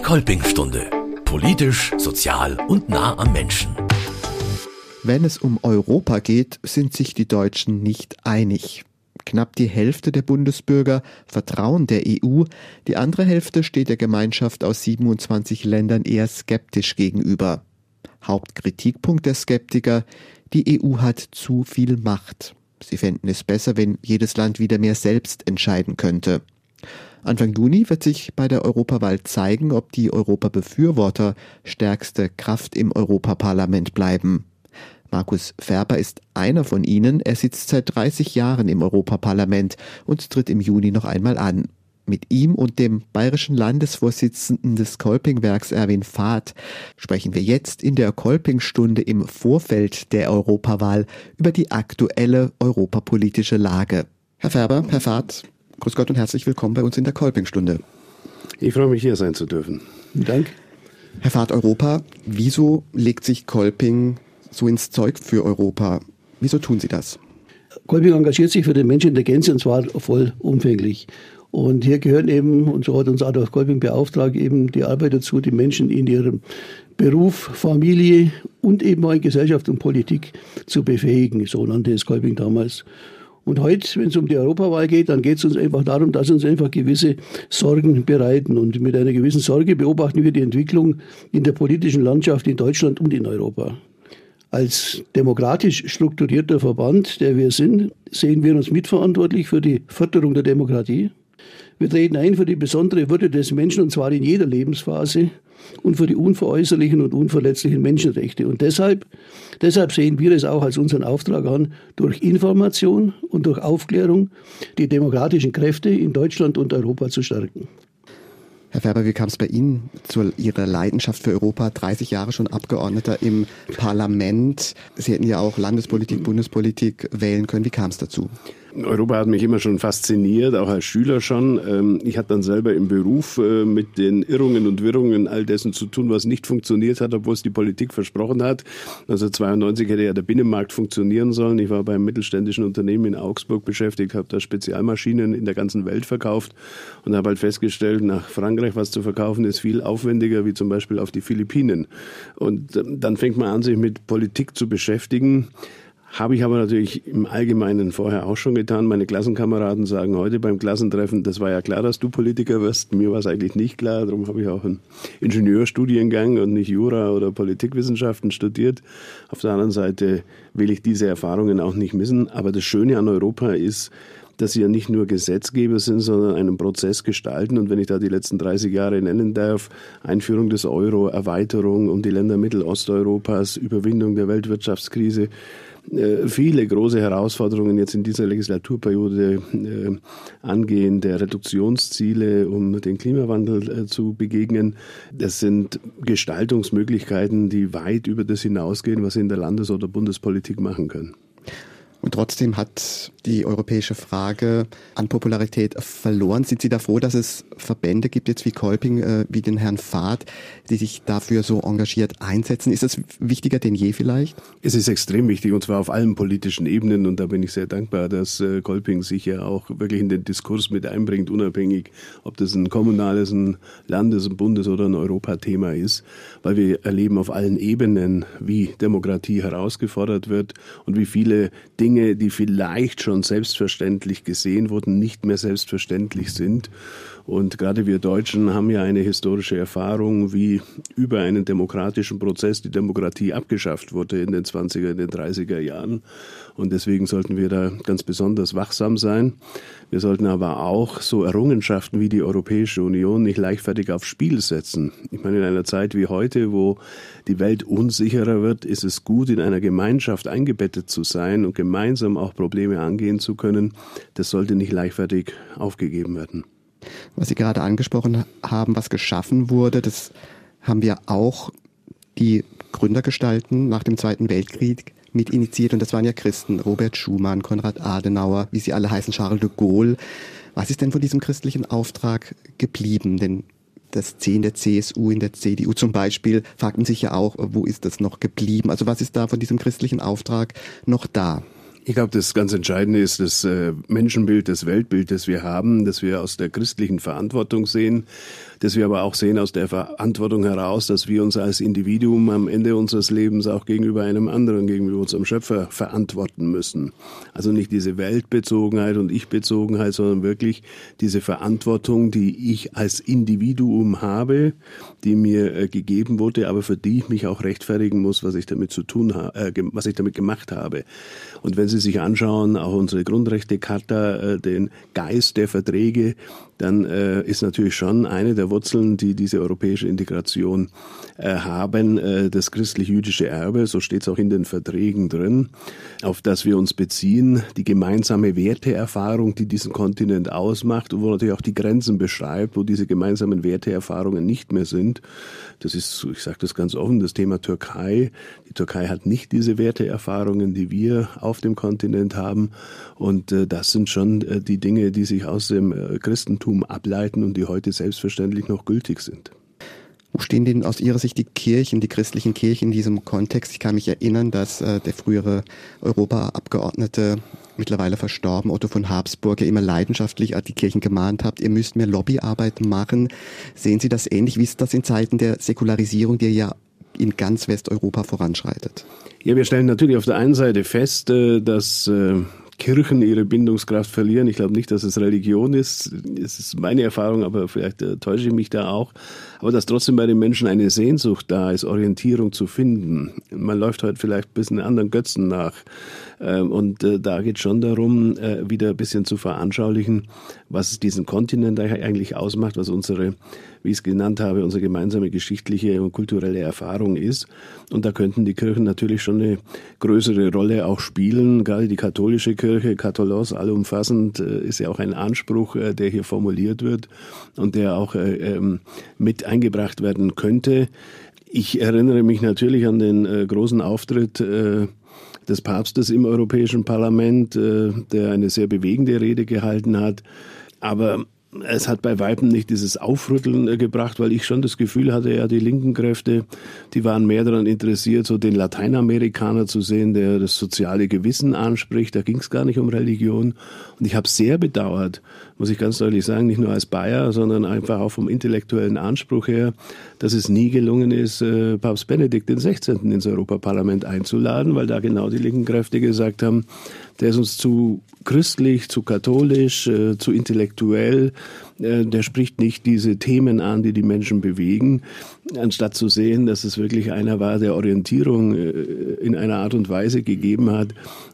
Kolpingstunde. Politisch, sozial und nah am Menschen. Wenn es um Europa geht, sind sich die Deutschen nicht einig. Knapp die Hälfte der Bundesbürger vertrauen der EU, die andere Hälfte steht der Gemeinschaft aus 27 Ländern eher skeptisch gegenüber. Hauptkritikpunkt der Skeptiker: die EU hat zu viel Macht. Sie fänden es besser, wenn jedes Land wieder mehr selbst entscheiden könnte. Anfang Juni wird sich bei der Europawahl zeigen, ob die Europabefürworter stärkste Kraft im Europaparlament bleiben. Markus Ferber ist einer von ihnen. Er sitzt seit 30 Jahren im Europaparlament und tritt im Juni noch einmal an. Mit ihm und dem bayerischen Landesvorsitzenden des Kolpingwerks Erwin Fahrt sprechen wir jetzt in der Kolpingstunde im Vorfeld der Europawahl über die aktuelle europapolitische Lage. Herr Ferber, Herr Fahrt, grüß Gott und herzlich willkommen bei uns in der Kolpingstunde. Ich freue mich, hier sein zu dürfen. Danke. Herr Fahrt, Europa, wieso legt sich Kolping so ins Zeug für Europa? Wieso tun Sie das? Kolping engagiert sich für den Menschen in der Gänze und zwar vollumfänglich. Und hier gehören eben, und so hat uns Adolf Kolping beauftragt, eben die Arbeit dazu, die Menschen in ihrem Beruf, Familie und eben auch in Gesellschaft und Politik zu befähigen. So nannte es Kolping damals. Und heute, wenn es um die Europawahl geht, dann geht es uns einfach darum, dass uns einfach gewisse Sorgen bereiten. Und mit einer gewissen Sorge beobachten wir die Entwicklung in der politischen Landschaft in Deutschland und in Europa. Als demokratisch strukturierter Verband, der wir sind, sehen wir uns mitverantwortlich für die Förderung der Demokratie. Wir treten ein für die besondere Würde des Menschen, und zwar in jeder Lebensphase, und für die unveräußerlichen und unverletzlichen Menschenrechte. Und deshalb sehen wir es auch als unseren Auftrag an, durch Information und durch Aufklärung die demokratischen Kräfte in Deutschland und Europa zu stärken. Herr Ferber, wie kam es bei Ihnen zu Ihrer Leidenschaft für Europa? 30 Jahre schon Abgeordneter im Parlament. Sie hätten ja auch Landespolitik, Bundespolitik wählen können. Wie kam es dazu? Europa hat mich immer schon fasziniert, auch als Schüler schon. Ich hatte dann selber im Beruf mit den Irrungen und Wirrungen all dessen zu tun, was nicht funktioniert hat, obwohl es die Politik versprochen hat. 1992 hätte ja der Binnenmarkt funktionieren sollen. Ich war beim mittelständischen Unternehmen in Augsburg beschäftigt, habe da Spezialmaschinen in der ganzen Welt verkauft und habe halt festgestellt, nach Frankreich was zu verkaufen ist viel aufwendiger, wie zum Beispiel auf die Philippinen. Und dann fängt man an, sich mit Politik zu beschäftigen. Habe ich aber natürlich im Allgemeinen vorher auch schon getan. Meine Klassenkameraden sagen heute beim Klassentreffen, das war ja klar, dass du Politiker wirst. Mir war es eigentlich nicht klar. Darum habe ich auch einen Ingenieurstudiengang und nicht Jura oder Politikwissenschaften studiert. Auf der anderen Seite will ich diese Erfahrungen auch nicht missen. Aber das Schöne an Europa ist, dass sie ja nicht nur Gesetzgeber sind, sondern einen Prozess gestalten. Und wenn ich da die letzten 30 Jahre nennen darf, Einführung des Euro, Erweiterung um die Länder Mittelosteuropas, Überwindung der Weltwirtschaftskrise, viele große Herausforderungen jetzt in dieser Legislaturperiode angehen, der Reduktionsziele, um den Klimawandel zu begegnen. Das sind Gestaltungsmöglichkeiten, die weit über das hinausgehen, was Sie in der Landes- oder Bundespolitik machen können. Und trotzdem hat die europäische Frage an Popularität verloren. Sind Sie da froh, dass es Verbände gibt, jetzt wie Kolping, wie den Herrn Fahrt, die sich dafür so engagiert einsetzen? Ist das wichtiger denn je vielleicht? Es ist extrem wichtig, und zwar auf allen politischen Ebenen. Und da bin ich sehr dankbar, dass Kolping sich ja auch wirklich in den Diskurs mit einbringt, unabhängig, ob das ein kommunales, ein Landes-, ein Bundes- oder ein Europathema ist. Weil wir erleben auf allen Ebenen, wie Demokratie herausgefordert wird und wie viele Dinge, die vielleicht schon selbstverständlich gesehen wurden, nicht mehr selbstverständlich sind. Und gerade wir Deutschen haben ja eine historische Erfahrung, wie über einen demokratischen Prozess die Demokratie abgeschafft wurde in den 20er, in den 30er Jahren. Und deswegen sollten wir da ganz besonders wachsam sein. Wir sollten aber auch so Errungenschaften wie die Europäische Union nicht leichtfertig aufs Spiel setzen. Ich meine, in einer Zeit wie heute, wo die Welt unsicherer wird, ist es gut, in einer Gemeinschaft eingebettet zu sein und gemeinsam auch Probleme angehen zu können. Das sollte nicht leichtfertig aufgegeben werden. Was Sie gerade angesprochen haben, was geschaffen wurde, das haben wir auch die Gründergestalten nach dem Zweiten Weltkrieg mit initiiert. Und das waren ja Christen, Robert Schuman, Konrad Adenauer, wie sie alle heißen, Charles de Gaulle. Was ist denn von diesem christlichen Auftrag geblieben? Denn das C in der CSU, in der CDU zum Beispiel, fragten sich ja auch, wo ist das noch geblieben? Also was ist da von diesem christlichen Auftrag noch da? Ich glaube, das ganz Entscheidende ist das Menschenbild, das Weltbild, das wir haben, das wir aus der christlichen Verantwortung sehen. das wir aber auch sehen aus der Verantwortung heraus, dass wir uns als Individuum am Ende unseres Lebens auch gegenüber einem anderen, gegenüber unserem Schöpfer verantworten müssen. Also nicht diese Weltbezogenheit und Ich-Bezogenheit, sondern wirklich diese Verantwortung, die ich als Individuum habe, die mir gegeben wurde, aber für die ich mich auch rechtfertigen muss, was ich damit was ich damit gemacht habe. Und wenn Sie sich anschauen, auch unsere Grundrechtecharta, den Geist der Verträge, dann ist natürlich schon eine der Wurzeln, die diese europäische Integration haben, das christlich-jüdische Erbe, so steht es auch in den Verträgen drin, auf das wir uns beziehen, die gemeinsame Werteerfahrung, die diesen Kontinent ausmacht und wo natürlich auch die Grenzen beschreibt, wo diese gemeinsamen Werteerfahrungen nicht mehr sind. Das ist, ich sage das ganz offen, das Thema Türkei. Die Türkei hat nicht diese Werteerfahrungen, die wir auf dem Kontinent haben. Und das sind schon die Dinge, die sich aus dem Christentum ableiten und die heute selbstverständlich noch gültig sind. Wo stehen denn aus Ihrer Sicht die Kirchen, die christlichen Kirchen in diesem Kontext? Ich kann mich erinnern, dass der frühere Europaabgeordnete, mittlerweile verstorben, Otto von Habsburg, ja immer leidenschaftlich die Kirchen gemahnt hat, ihr müsst mehr Lobbyarbeit machen. Sehen Sie das ähnlich? Wie ist das in Zeiten der Säkularisierung, die ja in ganz Westeuropa voranschreitet? Ja, wir stellen natürlich auf der einen Seite fest, dass Kirchen ihre Bindungskraft verlieren. Ich glaube nicht, dass es Religion ist. Es ist meine Erfahrung, aber vielleicht täusche ich mich da auch. Aber dass trotzdem bei den Menschen eine Sehnsucht da ist, Orientierung zu finden. Man läuft heute vielleicht ein bisschen anderen Götzen nach. Und da geht es schon darum, wieder ein bisschen zu veranschaulichen, was diesen Kontinent eigentlich ausmacht, was unsere, wie ich es genannt habe, unsere gemeinsame geschichtliche und kulturelle Erfahrung ist. Und da könnten die Kirchen natürlich schon eine größere Rolle auch spielen. Gerade die katholische Kirche, Katholos, allumfassend, ist ja auch ein Anspruch, der hier formuliert wird und der auch mit eingebracht werden könnte. Ich erinnere mich natürlich an den großen Auftritt des Papstes im Europäischen Parlament, der eine sehr bewegende Rede gehalten hat. Aber es hat bei Weitem nicht dieses Aufrütteln gebracht, weil ich schon das Gefühl hatte, ja, die linken Kräfte, die waren mehr daran interessiert, so den Lateinamerikaner zu sehen, der das soziale Gewissen anspricht. Da ging es gar nicht um Religion. Und ich habe sehr bedauert, muss ich ganz deutlich sagen, nicht nur als Bayer, sondern einfach auch vom intellektuellen Anspruch her, dass es nie gelungen ist, Papst Benedikt XVI. Ins Europaparlament einzuladen, weil da genau die linken Kräfte gesagt haben, der ist uns zu christlich, zu katholisch, zu intellektuell, der spricht nicht diese Themen an, die die Menschen bewegen, anstatt zu sehen, dass es wirklich einer war, der Orientierung in einer Art und Weise gegeben hat,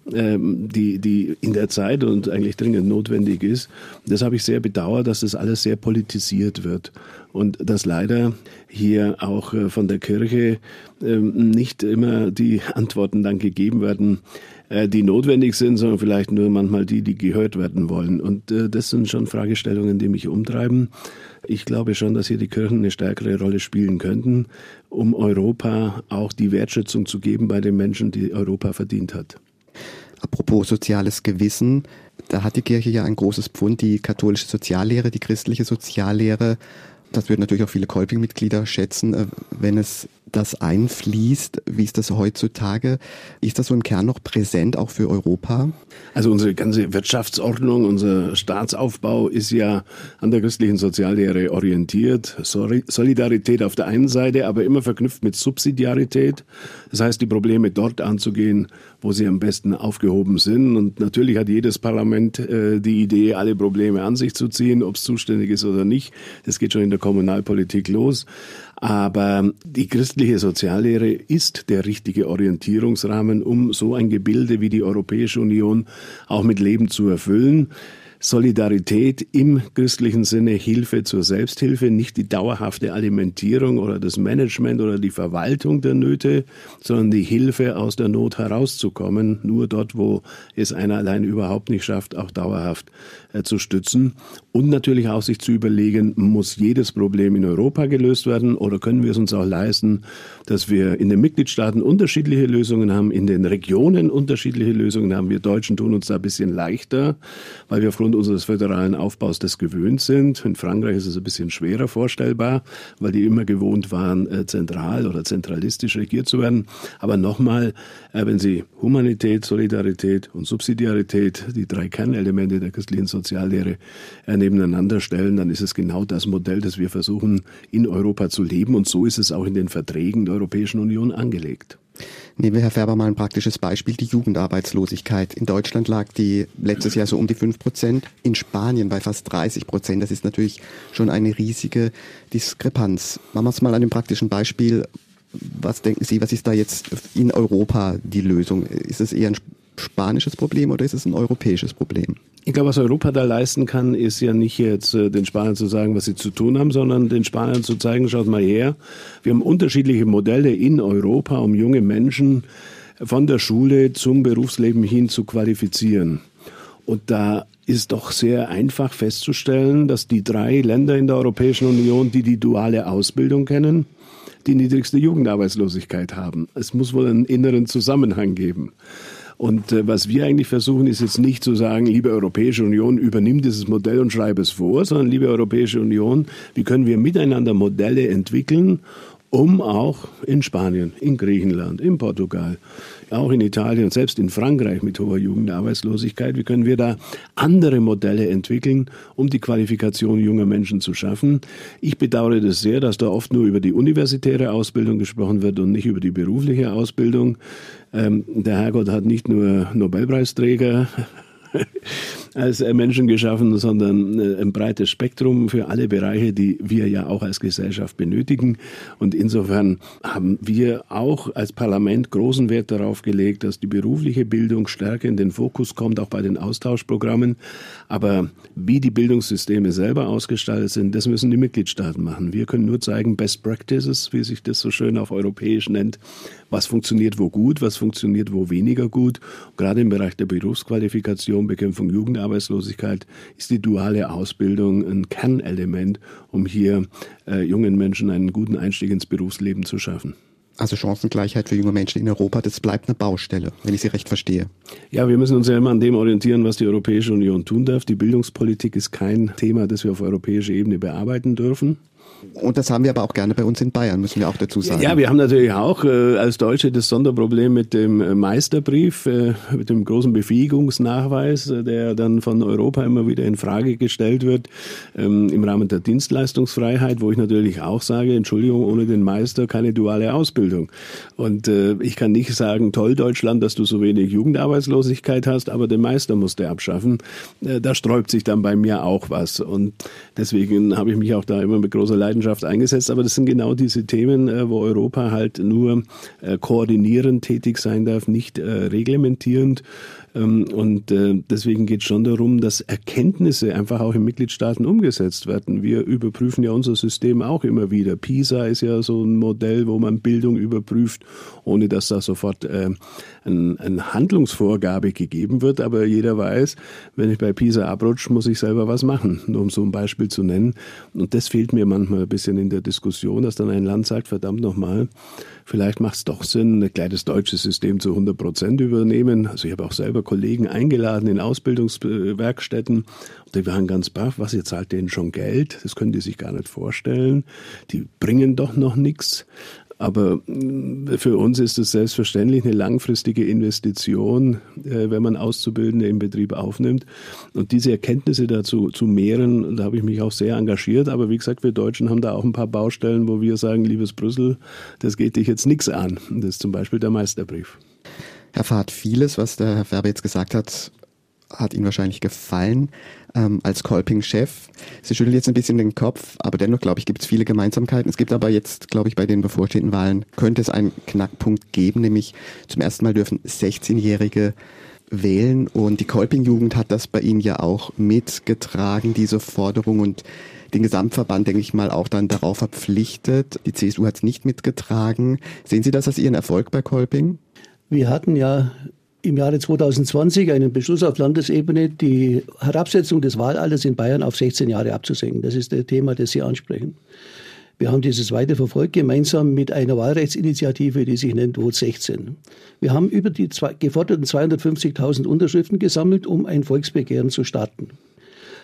die in der Zeit und eigentlich dringend notwendig ist. Das habe ich sehr bedauert, dass das alles sehr politisiert wird und dass leider hier auch von der Kirche nicht immer die Antworten dann gegeben werden, die notwendig sind, sondern vielleicht nur manchmal die gehört werden wollen. Und das sind schon Fragestellungen, die mich umtreiben. Ich glaube schon, dass hier die Kirchen eine stärkere Rolle spielen könnten, um Europa auch die Wertschätzung zu geben bei den Menschen, die Europa verdient hat. Apropos soziales Gewissen, da hat die Kirche ja ein großes Pfund, die katholische Soziallehre, die christliche Soziallehre. Das würden natürlich auch viele Kolping-Mitglieder schätzen, wenn es das einfließt. Wie ist das heutzutage? Ist das so im Kern noch präsent, auch für Europa? Also unsere ganze Wirtschaftsordnung, unser Staatsaufbau ist ja an der christlichen Soziallehre orientiert. Solidarität auf der einen Seite, aber immer verknüpft mit Subsidiarität. Das heißt, die Probleme dort anzugehen, wo sie am besten aufgehoben sind. Und natürlich hat jedes Parlament die Idee, alle Probleme an sich zu ziehen, ob es zuständig ist oder nicht. Das geht schon in der Kommunalpolitik los. Aber die christliche Soziallehre ist der richtige Orientierungsrahmen, um so ein Gebilde wie die Europäische Union auch mit Leben zu erfüllen. Solidarität im christlichen Sinne, Hilfe zur Selbsthilfe, nicht die dauerhafte Alimentierung oder das Management oder die Verwaltung der Nöte, sondern die Hilfe aus der Not herauszukommen, nur dort, wo es einer allein überhaupt nicht schafft, auch dauerhaft zu stützen. Und natürlich auch sich zu überlegen, muss jedes Problem in Europa gelöst werden oder können wir es uns auch leisten, dass wir in den Mitgliedstaaten unterschiedliche Lösungen haben, in den Regionen unterschiedliche Lösungen haben. Wir Deutschen tun uns da ein bisschen leichter, weil wir aufgrund aufgrund unseres föderalen Aufbaus das gewöhnt sind. In Frankreich ist es ein bisschen schwerer vorstellbar, weil die immer gewohnt waren, zentral oder zentralistisch regiert zu werden. Aber nochmal, wenn Sie Humanität, Solidarität und Subsidiarität, die 3 Kernelemente der christlichen Soziallehre, nebeneinander stellen, dann ist es genau das Modell, das wir versuchen, in Europa zu leben. Und so ist es auch in den Verträgen der Europäischen Union angelegt. Nehmen wir, Herr Färber, mal ein praktisches Beispiel, die Jugendarbeitslosigkeit. In Deutschland lag die letztes Jahr so um die 5%, in Spanien bei fast 30%. Das ist natürlich schon eine riesige Diskrepanz. Machen wir es mal an dem praktischen Beispiel. Was denken Sie, was ist da jetzt in Europa die Lösung? Ist es eher ein spanisches Problem oder ist es ein europäisches Problem? Ich glaube, was Europa da leisten kann, ist ja nicht jetzt den Spaniern zu sagen, was sie zu tun haben, sondern den Spaniern zu zeigen, schaut mal her, wir haben unterschiedliche Modelle in Europa, um junge Menschen von der Schule zum Berufsleben hin zu qualifizieren. Und da ist doch sehr einfach festzustellen, dass die 3 Länder in der Europäischen Union, die duale Ausbildung kennen, die niedrigste Jugendarbeitslosigkeit haben. Es muss wohl einen inneren Zusammenhang geben. Und was wir eigentlich versuchen, ist jetzt nicht zu sagen, liebe Europäische Union, übernimm dieses Modell und schreibe es vor, sondern liebe Europäische Union, wie können wir miteinander Modelle entwickeln, um auch in Spanien, in Griechenland, in Portugal, auch in Italien und selbst in Frankreich mit hoher Jugendarbeitslosigkeit, wie können wir da andere Modelle entwickeln, um die Qualifikation junger Menschen zu schaffen. Ich bedauere das sehr, dass da oft nur über die universitäre Ausbildung gesprochen wird und nicht über die berufliche Ausbildung. Der Herrgott hat nicht nur Nobelpreisträger als Menschen geschaffen, sondern ein breites Spektrum für alle Bereiche, die wir ja auch als Gesellschaft benötigen. Und insofern haben wir auch als Parlament großen Wert darauf gelegt, dass die berufliche Bildung stärker in den Fokus kommt, auch bei den Austauschprogrammen. Aber wie die Bildungssysteme selber ausgestaltet sind, das müssen die Mitgliedstaaten machen. Wir können nur zeigen, Best Practices, wie sich das so schön auf europäisch nennt, was funktioniert wo gut, was funktioniert wo weniger gut. Und gerade im Bereich der Berufsqualifikation, Bekämpfung Jugendarbeitslosigkeit ist die duale Ausbildung ein Kernelement, um hier jungen Menschen einen guten Einstieg ins Berufsleben zu schaffen. Also Chancengleichheit für junge Menschen in Europa, das bleibt eine Baustelle, wenn ich Sie recht verstehe. Ja, wir müssen uns ja immer an dem orientieren, was die Europäische Union tun darf. Die Bildungspolitik ist kein Thema, das wir auf europäischer Ebene bearbeiten dürfen. Und das haben wir aber auch gerne bei uns in Bayern, müssen wir auch dazu sagen. Ja, wir haben natürlich auch als Deutsche das Sonderproblem mit dem Meisterbrief, mit dem großen Befähigungsnachweis, der dann von Europa immer wieder in Frage gestellt wird, im Rahmen der Dienstleistungsfreiheit, wo ich natürlich auch sage, Entschuldigung, ohne den Meister keine duale Ausbildung. Und ich kann nicht sagen, toll Deutschland, dass du so wenig Jugendarbeitslosigkeit hast, aber den Meister musst du abschaffen. Da sträubt sich dann bei mir auch was. Und deswegen habe ich mich auch da immer mit großer Leidenschaft eingesetzt, aber das sind genau diese Themen, wo Europa halt nur koordinierend tätig sein darf, nicht reglementierend. Und deswegen geht es schon darum, dass Erkenntnisse einfach auch in Mitgliedstaaten umgesetzt werden. Wir überprüfen ja unser System auch immer wieder. PISA ist ja so ein Modell, wo man Bildung überprüft, ohne dass da sofort eine Handlungsvorgabe gegeben wird. Aber jeder weiß, wenn ich bei PISA abrutsche, muss ich selber was machen, nur um so ein Beispiel zu nennen. Und das fehlt mir manchmal ein bisschen in der Diskussion, dass dann ein Land sagt, verdammt nochmal, vielleicht macht es doch Sinn, ein kleines deutsches System zu 100% übernehmen. Also ich habe auch selber Kollegen eingeladen in Ausbildungswerkstätten. Und die waren ganz baff, was, ihr zahlt denen schon Geld? Das können die sich gar nicht vorstellen. Die bringen doch noch nichts. Aber für uns ist es selbstverständlich eine langfristige Investition, wenn man Auszubildende im Betrieb aufnimmt. Und diese Erkenntnisse dazu zu mehren, da habe ich mich auch sehr engagiert. Aber wie gesagt, wir Deutschen haben da auch ein paar Baustellen, wo wir sagen, liebes Brüssel, das geht dich jetzt nichts an. Das ist zum Beispiel der Meisterbrief. Herr Fahrt, vieles, was der Herr Färber jetzt gesagt hat Ihnen wahrscheinlich gefallen als Kolping-Chef. Sie schüttelt jetzt ein bisschen den Kopf, aber dennoch, glaube ich, gibt es viele Gemeinsamkeiten. Es gibt aber jetzt, glaube ich, bei den bevorstehenden Wahlen könnte es einen Knackpunkt geben, nämlich zum ersten Mal dürfen 16-Jährige wählen und die Kolping-Jugend hat das bei Ihnen ja auch mitgetragen, diese Forderung, und den Gesamtverband, denke ich mal, auch dann darauf verpflichtet. Die CSU hat es nicht mitgetragen. Sehen Sie das als Ihren Erfolg bei Kolping? Wir hatten ja im Jahre 2020 einen Beschluss auf Landesebene, die Herabsetzung des Wahlalters in Bayern auf 16 Jahre abzusenken. Das ist das Thema, das Sie ansprechen. Wir haben dieses weiter verfolgt, gemeinsam mit einer Wahlrechtsinitiative, die sich nennt Vot 16. Wir haben über die geforderten 250.000 Unterschriften gesammelt, um ein Volksbegehren zu starten.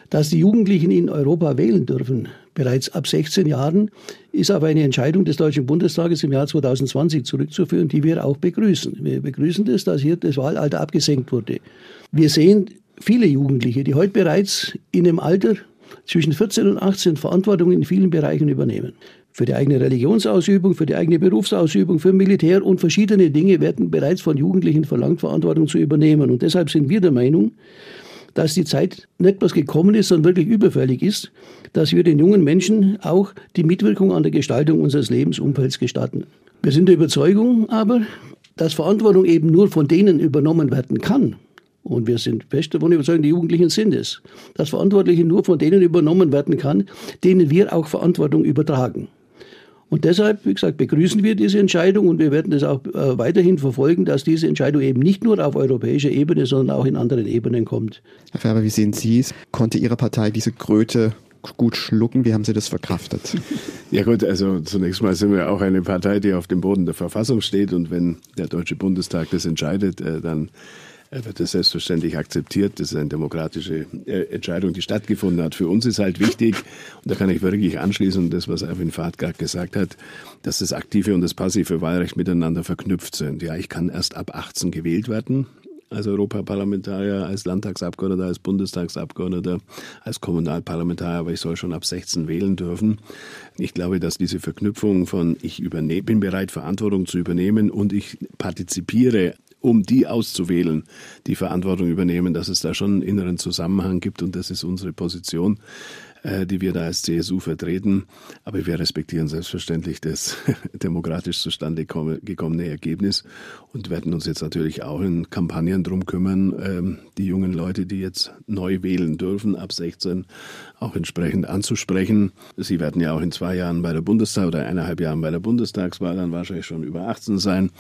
Dass die Jugendlichen in Europa wählen dürfen, bereits ab 16 Jahren, ist auf eine Entscheidung des Deutschen Bundestages im Jahr 2020 zurückzuführen, die wir auch begrüßen. Wir begrüßen das, dass hier das Wahlalter abgesenkt wurde. Wir sehen viele Jugendliche, die heute bereits in einem Alter zwischen 14 und 18 Verantwortung in vielen Bereichen übernehmen. Für die eigene Religionsausübung, für die eigene Berufsausübung, für Militär und verschiedene Dinge werden bereits von Jugendlichen verlangt, Verantwortung zu übernehmen. Und deshalb sind wir der Meinung, dass die Zeit nicht bloß gekommen ist, sondern wirklich überfällig ist, dass wir den jungen Menschen auch die Mitwirkung an der Gestaltung unseres Lebensumfelds gestatten. Wir sind der Überzeugung aber, dass Verantwortung eben nur von denen übernommen werden kann. Und wir sind fest davon überzeugt, die Jugendlichen sind es, dass Verantwortliche nur von denen übernommen werden kann, denen wir auch Verantwortung übertragen. Und deshalb, wie gesagt, begrüßen wir diese Entscheidung und wir werden das auch weiterhin verfolgen, dass diese Entscheidung eben nicht nur auf europäischer Ebene, sondern auch in anderen Ebenen kommt. Herr Färber, wie sehen Sie es? Konnte Ihre Partei diese Kröte gut schlucken? Wie haben Sie das verkraftet? Ja gut, also zunächst mal sind wir auch eine Partei, die auf dem Boden der Verfassung steht und wenn der Deutsche Bundestag das entscheidet, dann wird das selbstverständlich akzeptiert. Das ist eine demokratische Entscheidung, die stattgefunden hat. Für uns ist halt wichtig, und da kann ich wirklich anschließen, das, was Erwin Fahrt gerade gesagt hat, dass das aktive und das passive Wahlrecht miteinander verknüpft sind. Ja, ich kann erst ab 18 gewählt werden, als Europaparlamentarier, als Landtagsabgeordneter, als Bundestagsabgeordneter, als Kommunalparlamentarier, aber ich soll schon ab 16 wählen dürfen. Ich glaube, dass diese Verknüpfung von bin bereit, Verantwortung zu übernehmen und ich partizipiere, um die auszuwählen, die Verantwortung übernehmen, dass es da schon einen inneren Zusammenhang gibt und das ist unsere Position, die wir da als CSU vertreten. Aber wir respektieren selbstverständlich das demokratisch zustande gekommene Ergebnis und werden uns jetzt natürlich auch in Kampagnen drum kümmern, die jungen Leute, die jetzt neu wählen dürfen, ab 16, auch entsprechend anzusprechen. Sie werden ja auch in 2 Jahren bei der oder 1,5 Jahren bei der Bundestagswahl dann wahrscheinlich schon über 18 sein.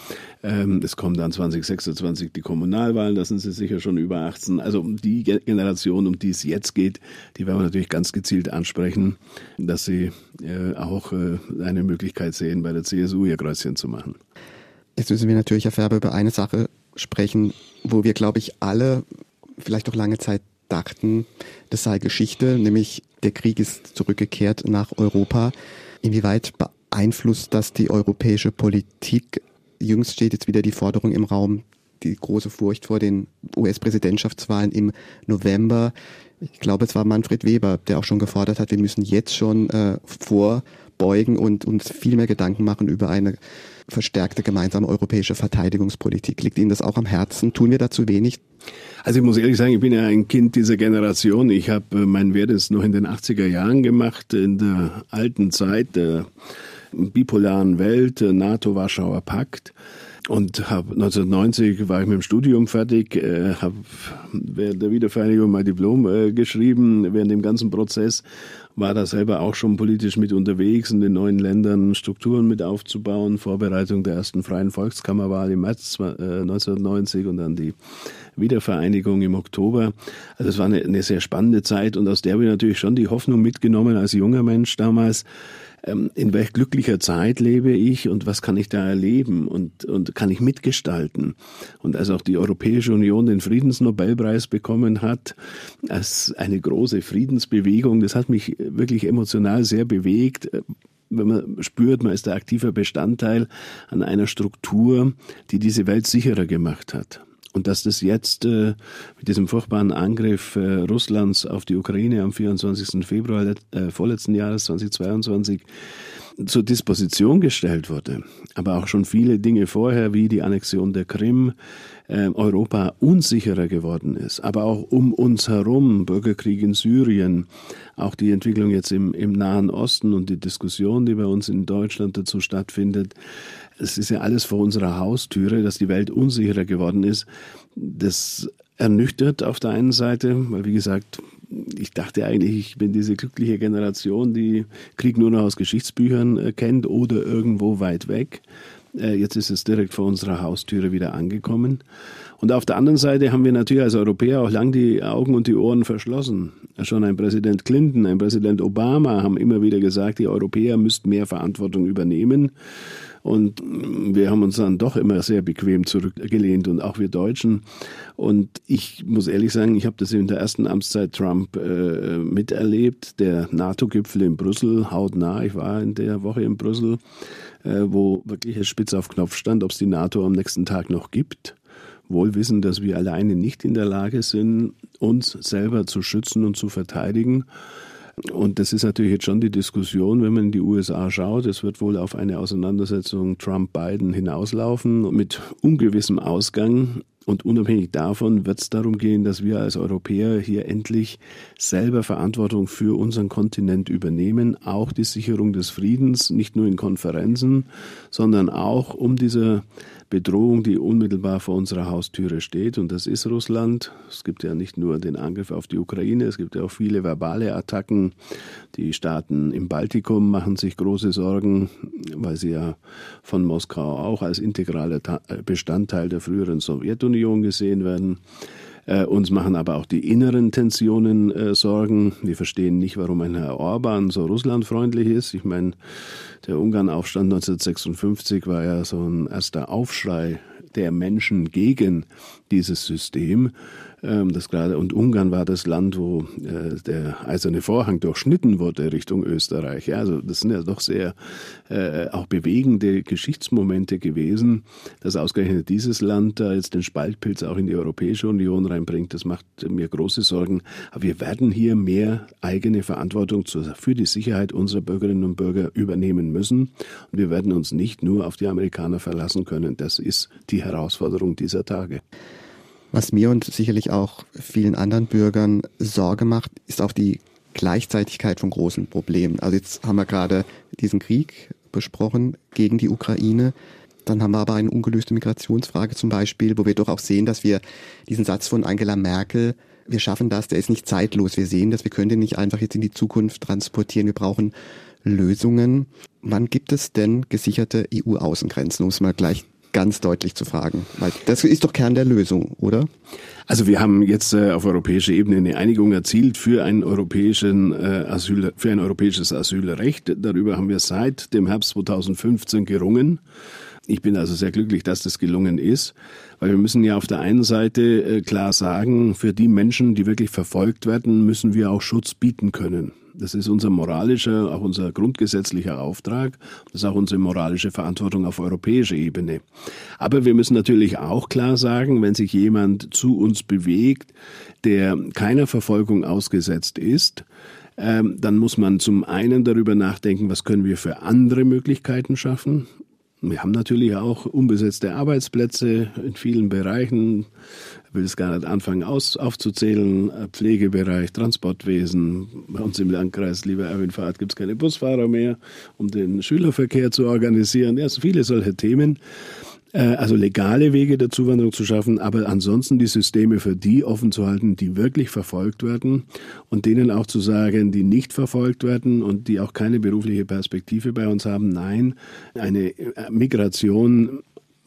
Es kommen dann 2026 die Kommunalwahlen, da sind sie sicher schon über 18. Also die Generation, um die es jetzt geht, die werden wir natürlich ganz gezielt ansprechen, dass sie auch eine Möglichkeit sehen, bei der CSU ihr Kreuzchen zu machen. Jetzt müssen wir natürlich, Herr Färber, über eine Sache sprechen, wo wir, glaube ich, alle vielleicht auch lange Zeit dachten, das sei Geschichte, nämlich der Krieg ist zurückgekehrt nach Europa. Inwieweit beeinflusst das die europäische Politik? Jüngst steht jetzt wieder die Forderung im Raum, die große Furcht vor den US-Präsidentschaftswahlen im November. Ich glaube, es war Manfred Weber, der auch schon gefordert hat, wir müssen jetzt schon vorbeugen und uns viel mehr Gedanken machen über eine verstärkte gemeinsame europäische Verteidigungspolitik. Liegt Ihnen das auch am Herzen? Tun wir da zu wenig? Also ich muss ehrlich sagen, ich bin ja ein Kind dieser Generation. Ich habe meinen Wehrdienst noch in den 80er Jahren gemacht, in der alten Zeit der bipolaren Welt, NATO-Warschauer Pakt. Und 1990 war ich mit dem Studium fertig, habe während der Wiedervereinigung mein Diplom geschrieben. Während dem ganzen Prozess war da selber auch schon politisch mit unterwegs, in den neuen Ländern Strukturen mit aufzubauen. Vorbereitung der ersten freien Volkskammerwahl im März 1990 und dann die Wiedervereinigung im Oktober. Also es war eine sehr spannende Zeit und aus der habe ich natürlich schon die Hoffnung mitgenommen als junger Mensch damals, in welch glücklicher Zeit lebe ich und was kann ich da erleben und kann ich mitgestalten. Und als auch die Europäische Union den Friedensnobelpreis bekommen hat, als eine große Friedensbewegung, das hat mich wirklich emotional sehr bewegt, wenn man spürt, man ist der aktive Bestandteil an einer Struktur, die diese Welt sicherer gemacht hat. Und dass das jetzt mit diesem furchtbaren Angriff Russlands auf die Ukraine am 24. Februar vorletzten Jahres 2022 zur Disposition gestellt wurde, aber auch schon viele Dinge vorher, wie die Annexion der Krim, Europa unsicherer geworden ist, aber auch um uns herum, Bürgerkrieg in Syrien, auch die Entwicklung jetzt im Nahen Osten und die Diskussion, die bei uns in Deutschland dazu stattfindet. Es ist ja alles vor unserer Haustüre, dass die Welt unsicherer geworden ist. Das ernüchtert auf der einen Seite, weil wie gesagt, ich dachte eigentlich, ich bin diese glückliche Generation, die Krieg nur noch aus Geschichtsbüchern kennt oder irgendwo weit weg. Jetzt ist es direkt vor unserer Haustüre wieder angekommen. Und auf der anderen Seite haben wir natürlich als Europäer auch lang die Augen und die Ohren verschlossen. Schon ein Präsident Clinton, ein Präsident Obama haben immer wieder gesagt, die Europäer müssten mehr Verantwortung übernehmen. Und wir haben uns dann doch immer sehr bequem zurückgelehnt und auch wir Deutschen. Und ich muss ehrlich sagen, ich habe das in der ersten Amtszeit Trump miterlebt. Der NATO-Gipfel in Brüssel, hautnah. Ich war in der Woche in Brüssel, wo wirklich es spitz auf Knopf stand, ob es die NATO am nächsten Tag noch gibt. Wohl wissen, dass wir alleine nicht in der Lage sind, uns selber zu schützen und zu verteidigen. Und das ist natürlich jetzt schon die Diskussion, wenn man in die USA schaut. Es wird wohl auf eine Auseinandersetzung Trump-Biden hinauslaufen mit ungewissem Ausgang. Und unabhängig davon wird es darum gehen, dass wir als Europäer hier endlich selber Verantwortung für unseren Kontinent übernehmen. Auch die Sicherung des Friedens, nicht nur in Konferenzen, sondern auch um diese Bedrohung, die unmittelbar vor unserer Haustüre steht. Und das ist Russland. Es gibt ja nicht nur den Angriff auf die Ukraine, es gibt ja auch viele verbale Attacken. Die Staaten im Baltikum machen sich große Sorgen, weil sie ja von Moskau auch als integraler Bestandteil der früheren Sowjetunion gesehen werden. Uns machen aber auch die inneren Tensionen Sorgen. Wir verstehen nicht, warum ein Herr Orban so russlandfreundlich ist. Ich meine, der Ungarnaufstand 1956 war ja so ein erster Aufschrei der Menschen gegen dieses System. Und Ungarn war das Land, wo der Eiserne Vorhang durchschnitten wurde Richtung Österreich. Ja, also das sind ja doch sehr auch bewegende Geschichtsmomente gewesen, dass ausgerechnet dieses Land da jetzt den Spaltpilz auch in die Europäische Union reinbringt. Das macht mir große Sorgen. Aber wir werden hier mehr eigene Verantwortung für die Sicherheit unserer Bürgerinnen und Bürger übernehmen müssen. Und wir werden uns nicht nur auf die Amerikaner verlassen können. Das ist die Herausforderung dieser Tage. Was mir und sicherlich auch vielen anderen Bürgern Sorge macht, ist auch die Gleichzeitigkeit von großen Problemen. Also jetzt haben wir gerade diesen Krieg besprochen gegen die Ukraine. Dann haben wir aber eine ungelöste Migrationsfrage zum Beispiel, wo wir doch auch sehen, dass wir diesen Satz von Angela Merkel, wir schaffen das, der ist nicht zeitlos. Wir sehen das, wir können den nicht einfach jetzt in die Zukunft transportieren. Wir brauchen Lösungen. Wann gibt es denn gesicherte EU-Außengrenzen? Um es mal gleich ganz deutlich zu fragen. Weil das ist doch Kern der Lösung, oder? Also wir haben jetzt auf europäischer Ebene eine Einigung erzielt für ein europäisches Asylrecht. Darüber haben wir seit dem Herbst 2015 gerungen. Ich bin also sehr glücklich, dass das gelungen ist, weil wir müssen ja auf der einen Seite klar sagen, für die Menschen, die wirklich verfolgt werden, müssen wir auch Schutz bieten können. Das ist unser moralischer, auch unser grundgesetzlicher Auftrag. Das ist auch unsere moralische Verantwortung auf europäischer Ebene. Aber wir müssen natürlich auch klar sagen, wenn sich jemand zu uns bewegt, der keiner Verfolgung ausgesetzt ist, dann muss man zum einen darüber nachdenken, was können wir für andere Möglichkeiten schaffen. Wir haben natürlich auch unbesetzte Arbeitsplätze in vielen Bereichen. Ich will es gar nicht anfangen aufzuzählen. Pflegebereich, Transportwesen. Bei uns im Landkreis, lieber Erwin Fahrt, gibt es keine Busfahrer mehr, um den Schülerverkehr zu organisieren. Ja, so viele solche Themen. Also legale Wege der Zuwanderung zu schaffen, aber ansonsten die Systeme für die offen zu halten, die wirklich verfolgt werden und denen auch zu sagen, die nicht verfolgt werden und die auch keine berufliche Perspektive bei uns haben. Nein, eine Migration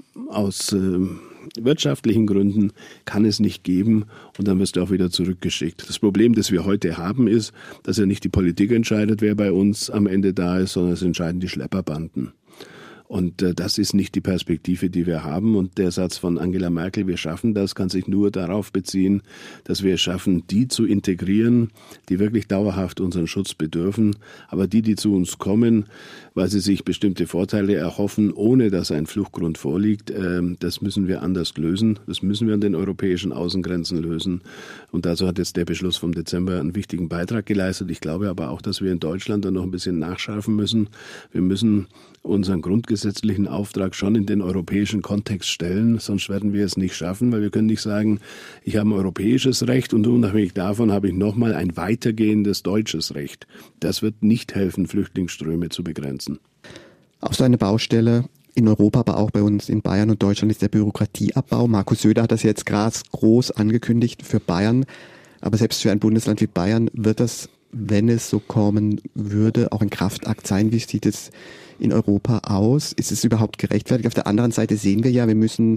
aus wirtschaftlichen Gründen kann es nicht geben und dann wirst du auch wieder zurückgeschickt. Das Problem, das wir heute haben, ist, dass ja nicht die Politik entscheidet, wer bei uns am Ende da ist, sondern es entscheiden die Schlepperbanden. Und das ist nicht die Perspektive, die wir haben. Und der Satz von Angela Merkel, wir schaffen das, kann sich nur darauf beziehen, dass wir es schaffen, die zu integrieren, die wirklich dauerhaft unseren Schutz bedürfen. Aber die zu uns kommen, weil sie sich bestimmte Vorteile erhoffen, ohne dass ein Fluchtgrund vorliegt, das müssen wir anders lösen. Das müssen wir an den europäischen Außengrenzen lösen. Und dazu hat jetzt der Beschluss vom Dezember einen wichtigen Beitrag geleistet. Ich glaube aber auch, dass wir in Deutschland dann noch ein bisschen nachschärfen müssen. Wir müssen unseren grundgesetzlichen Auftrag schon in den europäischen Kontext stellen, sonst werden wir es nicht schaffen, weil wir können nicht sagen, ich habe ein europäisches Recht und unabhängig davon habe ich nochmal ein weitergehendes deutsches Recht. Das wird nicht helfen, Flüchtlingsströme zu begrenzen. Auch so eine Baustelle in Europa, aber auch bei uns in Bayern und Deutschland ist der Bürokratieabbau. Markus Söder hat das jetzt gerade groß angekündigt für Bayern, aber selbst für ein Bundesland wie Bayern wird das, wenn es so kommen würde, auch ein Kraftakt sein. Wie sieht es in Europa aus? Ist es überhaupt gerechtfertigt? Auf der anderen Seite sehen wir ja, wir müssen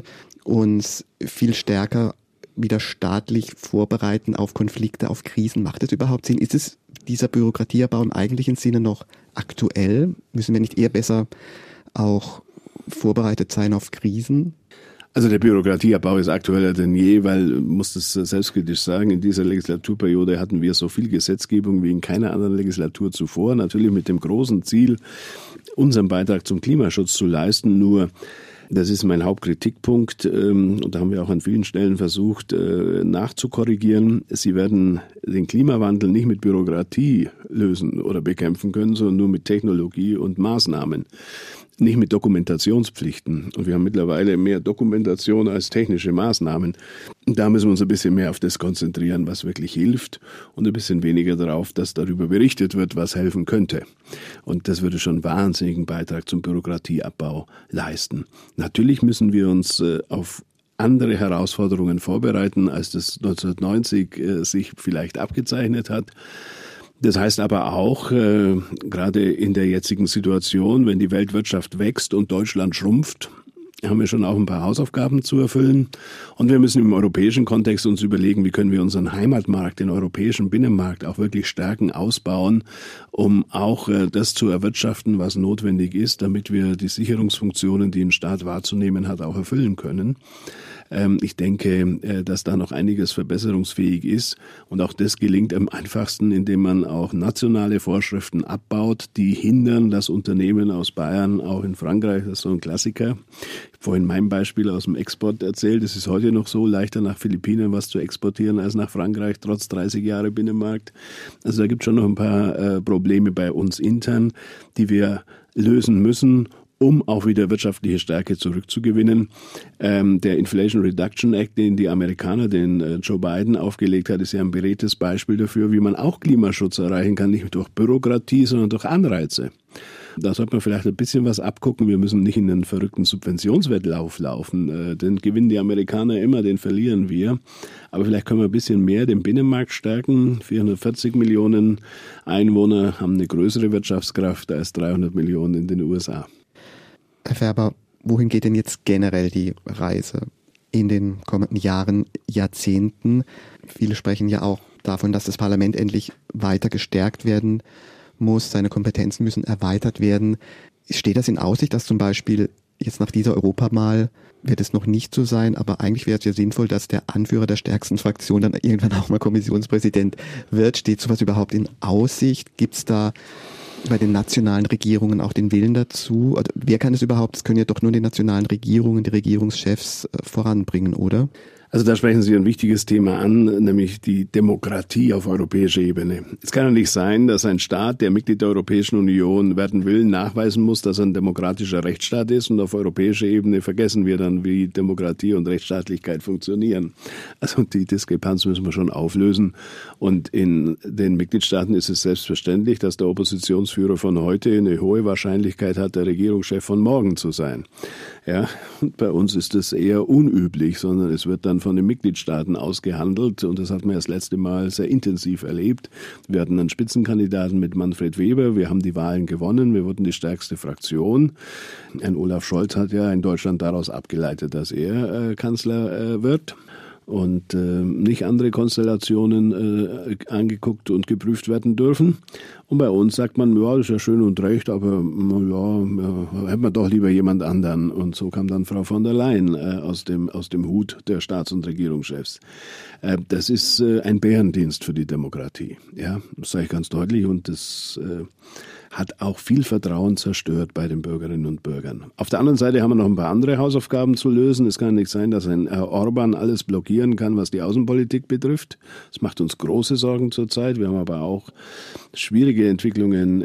uns viel stärker wieder staatlich vorbereiten auf Konflikte, auf Krisen. Macht es überhaupt Sinn? Ist es dieser Bürokratieabbau im eigentlichen Sinne noch aktuell? Müssen wir nicht eher besser auch vorbereitet sein auf Krisen? Also der Bürokratieabbau ist aktueller denn je, weil, muss das selbstkritisch sagen, in dieser Legislaturperiode hatten wir so viel Gesetzgebung wie in keiner anderen Legislatur zuvor. Natürlich mit dem großen Ziel, unseren Beitrag zum Klimaschutz zu leisten. Nur, das ist mein Hauptkritikpunkt, und da haben wir auch an vielen Stellen versucht nachzukorrigieren. Sie werden den Klimawandel nicht mit Bürokratie lösen oder bekämpfen können, sondern nur mit Technologie und Maßnahmen. Nicht mit Dokumentationspflichten. Und wir haben mittlerweile mehr Dokumentation als technische Maßnahmen. Da müssen wir uns ein bisschen mehr auf das konzentrieren, was wirklich hilft, und ein bisschen weniger darauf, dass darüber berichtet wird, was helfen könnte. Und das würde schon einen wahnsinnigen Beitrag zum Bürokratieabbau leisten. Natürlich müssen wir uns auf andere Herausforderungen vorbereiten, als das 1990 sich vielleicht abgezeichnet hat. Das heißt aber auch, gerade in der jetzigen Situation, wenn die Weltwirtschaft wächst und Deutschland schrumpft, haben wir schon auch ein paar Hausaufgaben zu erfüllen. Und wir müssen im europäischen Kontext uns überlegen, wie können wir unseren Heimatmarkt, den europäischen Binnenmarkt auch wirklich stärken, ausbauen, um auch das zu erwirtschaften, was notwendig ist, damit wir die Sicherungsfunktionen, die ein Staat wahrzunehmen hat, auch erfüllen können. Ich denke, dass da noch einiges verbesserungsfähig ist, und auch das gelingt am einfachsten, indem man auch nationale Vorschriften abbaut, die hindern, dass Unternehmen aus Bayern, auch in Frankreich, das ist so ein Klassiker. Ich habe vorhin mein Beispiel aus dem Export erzählt, es ist heute noch so, leichter nach Philippinen was zu exportieren als nach Frankreich, trotz 30 Jahre Binnenmarkt. Also da gibt es schon noch ein paar Probleme bei uns intern, die wir lösen müssen, um auch wieder wirtschaftliche Stärke zurückzugewinnen. Der Inflation Reduction Act, den die Amerikaner, den Joe Biden aufgelegt hat, ist ja ein beredtes Beispiel dafür, wie man auch Klimaschutz erreichen kann, nicht durch Bürokratie, sondern durch Anreize. Da sollte man vielleicht ein bisschen was abgucken. Wir müssen nicht in einen verrückten Subventionswettlauf laufen. Den gewinnen die Amerikaner immer, den verlieren wir. Aber vielleicht können wir ein bisschen mehr den Binnenmarkt stärken. 440 Millionen Einwohner haben eine größere Wirtschaftskraft als 300 Millionen in den USA. Herr Färber, wohin geht denn jetzt generell die Reise in den kommenden Jahren, Jahrzehnten? Viele sprechen ja auch davon, dass das Parlament endlich weiter gestärkt werden muss, seine Kompetenzen müssen erweitert werden. Steht das in Aussicht, dass zum Beispiel jetzt nach dieser Europawahl, wird es noch nicht so sein, aber eigentlich wäre es ja sinnvoll, dass der Anführer der stärksten Fraktion dann irgendwann auch mal Kommissionspräsident wird. Steht sowas überhaupt in Aussicht? Gibt es da bei den nationalen Regierungen auch den Willen dazu? Oder wer kann es überhaupt? Das können ja doch nur die nationalen Regierungen, die Regierungschefs voranbringen, oder? Also da sprechen Sie ein wichtiges Thema an, nämlich die Demokratie auf europäischer Ebene. Es kann ja nicht sein, dass ein Staat, der Mitglied der Europäischen Union werden will, nachweisen muss, dass er ein demokratischer Rechtsstaat ist, und auf europäischer Ebene vergessen wir dann, wie Demokratie und Rechtsstaatlichkeit funktionieren. Also die Diskrepanz müssen wir schon auflösen. Und in den Mitgliedstaaten ist es selbstverständlich, dass der Oppositionsführer von heute eine hohe Wahrscheinlichkeit hat, der Regierungschef von morgen zu sein. Ja, und bei uns ist das eher unüblich, sondern es wird dann von den Mitgliedstaaten ausgehandelt, und das hat man das letzte Mal sehr intensiv erlebt. Wir hatten einen Spitzenkandidaten mit Manfred Weber, wir haben die Wahlen gewonnen, wir wurden die stärkste Fraktion. Ein Olaf Scholz hat ja in Deutschland daraus abgeleitet, dass er Kanzler wird. Und nicht andere Konstellationen angeguckt und geprüft werden dürfen. Und bei uns sagt man, ja, das ist ja schön und recht, aber ja, hätten wir doch lieber jemand anderen. Und so kam dann Frau von der Leyen aus dem Hut der Staats- und Regierungschefs. Das ist ein Bärendienst für die Demokratie. Ja, das sage ich ganz deutlich, und das hat auch viel Vertrauen zerstört bei den Bürgerinnen und Bürgern. Auf der anderen Seite haben wir noch ein paar andere Hausaufgaben zu lösen. Es kann nicht sein, dass ein Orban alles blockieren kann, was die Außenpolitik betrifft. Das macht uns große Sorgen zurzeit. Wir haben aber auch schwierige Entwicklungen